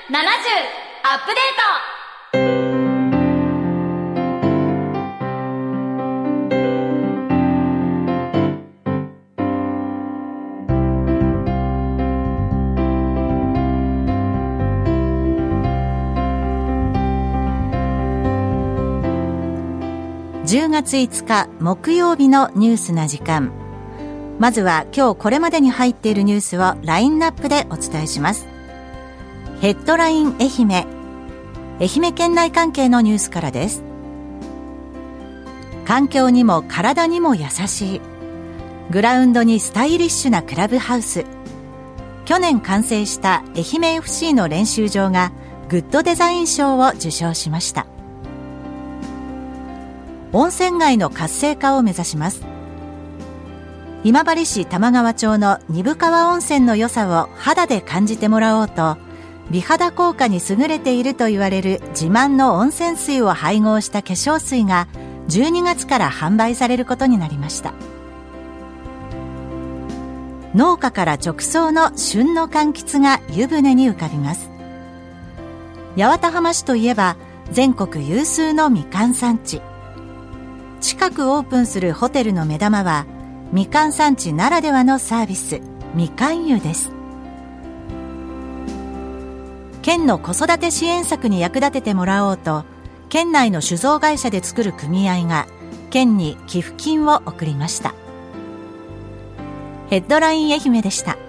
アップデ 10月5日木曜日のニュースな時間。まずは今日これまでに入っているニュースをラインナップでお伝えします。ヘッドライン愛媛県内関係のニュースからです。環境にも体にも優しいグラウンドにスタイリッシュなクラブハウス。去年完成した愛媛 FC の練習場がグッドデザイン賞を受賞しました。温泉街の活性化を目指します。今治市玉川町の丹生川温泉の良さを肌で感じてもらおうと、美肌効果に優れていると言われる自慢の温泉水を配合した化粧水が12月から販売されることになりました。農家から直送の旬の柑橘が湯船に浮かびます。八幡浜市といえば全国有数のみかん産地。近くオープンするホテルの目玉はみかん産地ならではのサービス、みかん湯です。県の子育て支援策に役立ててもらおうと、県内の酒造会社で作る組合が県に寄付金を送りました。ヘッドライン愛媛でした。